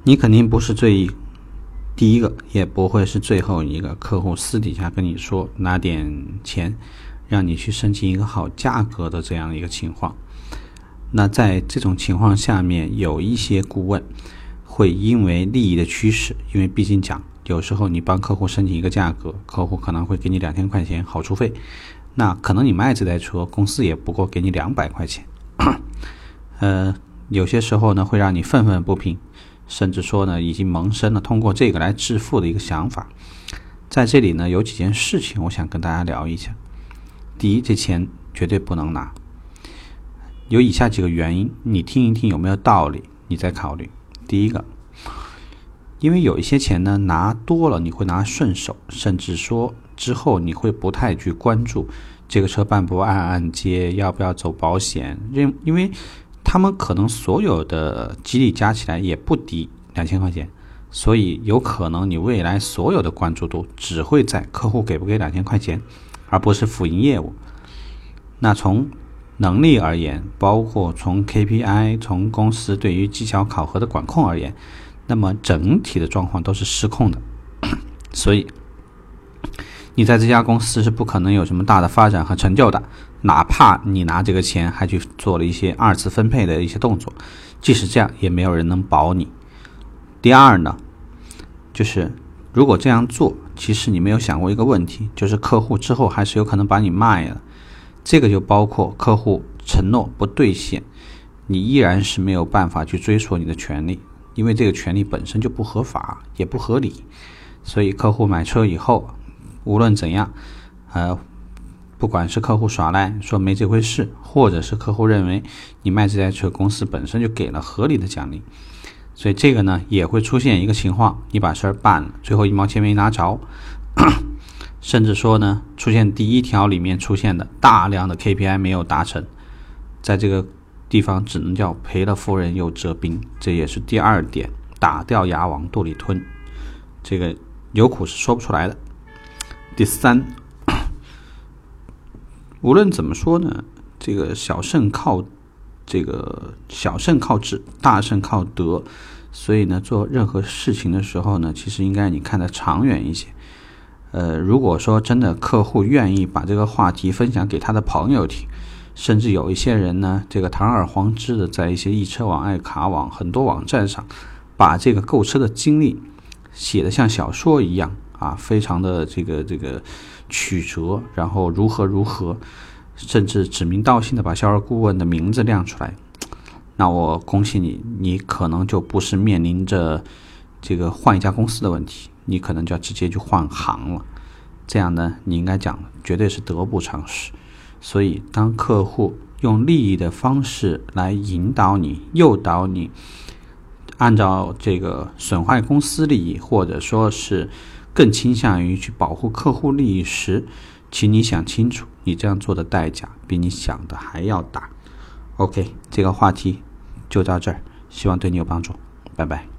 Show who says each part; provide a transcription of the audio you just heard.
Speaker 1: 你肯定不是第一个，也不会是最后一个客户私底下跟你说拿点钱让你去申请一个好价格的这样一个情况。那在这种情况下面，有一些顾问会因为利益的趋势，因为毕竟讲有时候你帮客户申请一个价格，客户可能会给你2000块钱好处费，那可能你卖这台车公司也不过给你200块钱有些时候呢会让你愤愤不平，甚至说呢已经萌生了通过这个来致富的一个想法。在这里呢有几件事情我想跟大家聊一下。第一，这钱绝对不能拿，有以下几个原因，你听一听有没有道理，你再考虑。第一个，因为有一些钱呢拿多了你会拿顺手，甚至说之后你会不太去关注这个车办不按揭，要不要走保险，因为他们可能所有的激励加起来也不低2000块钱，所以有可能你未来所有的关注度只会在客户给不给2000块钱，而不是辅营业务。那从能力而言，包括从 KPI 从公司对于绩效考核的管控而言，那么整体的状况都是失控的所以你在这家公司是不可能有什么大的发展和成就的，哪怕你拿这个钱还去做了一些二次分配的一些动作，即使这样也没有人能保你。第二呢，就是如果这样做，其实你没有想过一个问题，就是客户之后还是有可能把你卖了，这个就包括客户承诺不兑现，你依然是没有办法去追索你的权利，因为这个权利本身就不合法也不合理。所以客户买车以后无论怎样不管是客户耍赖说没这回事，或者是客户认为你卖这台车公司本身就给了合理的奖励，所以这个呢也会出现一个情况，你把事儿办了，最后1毛钱没拿着甚至说呢出现第一条里面出现的大量的 KPI 没有达成，在这个地方只能叫赔了夫人又折兵，这也是第二点，打掉牙往肚里吞，这个有苦是说不出来的。第三，无论怎么说呢，这个小胜靠智，大胜靠德，所以呢做任何事情的时候呢，其实应该你看得长远一些。如果说真的客户愿意把这个话题分享给他的朋友听，甚至有一些人呢这个堂而皇之的在一些易车网爱卡网很多网站上把这个购车的经历写得像小说一样非常的这个曲折，然后如何，甚至指名道姓的把销售顾问的名字亮出来，那我恭喜你，你可能就不是面临着这个换一家公司的问题，你可能就要直接去换行了。这样呢你应该讲绝对是得不偿失。所以当客户用利益的方式来引导你诱导你按照这个损坏公司利益，或者说是更倾向于去保护客户利益时，请你想清楚，你这样做的代价比你想的还要大。OK， 这个话题就到这儿，希望对你有帮助，拜拜。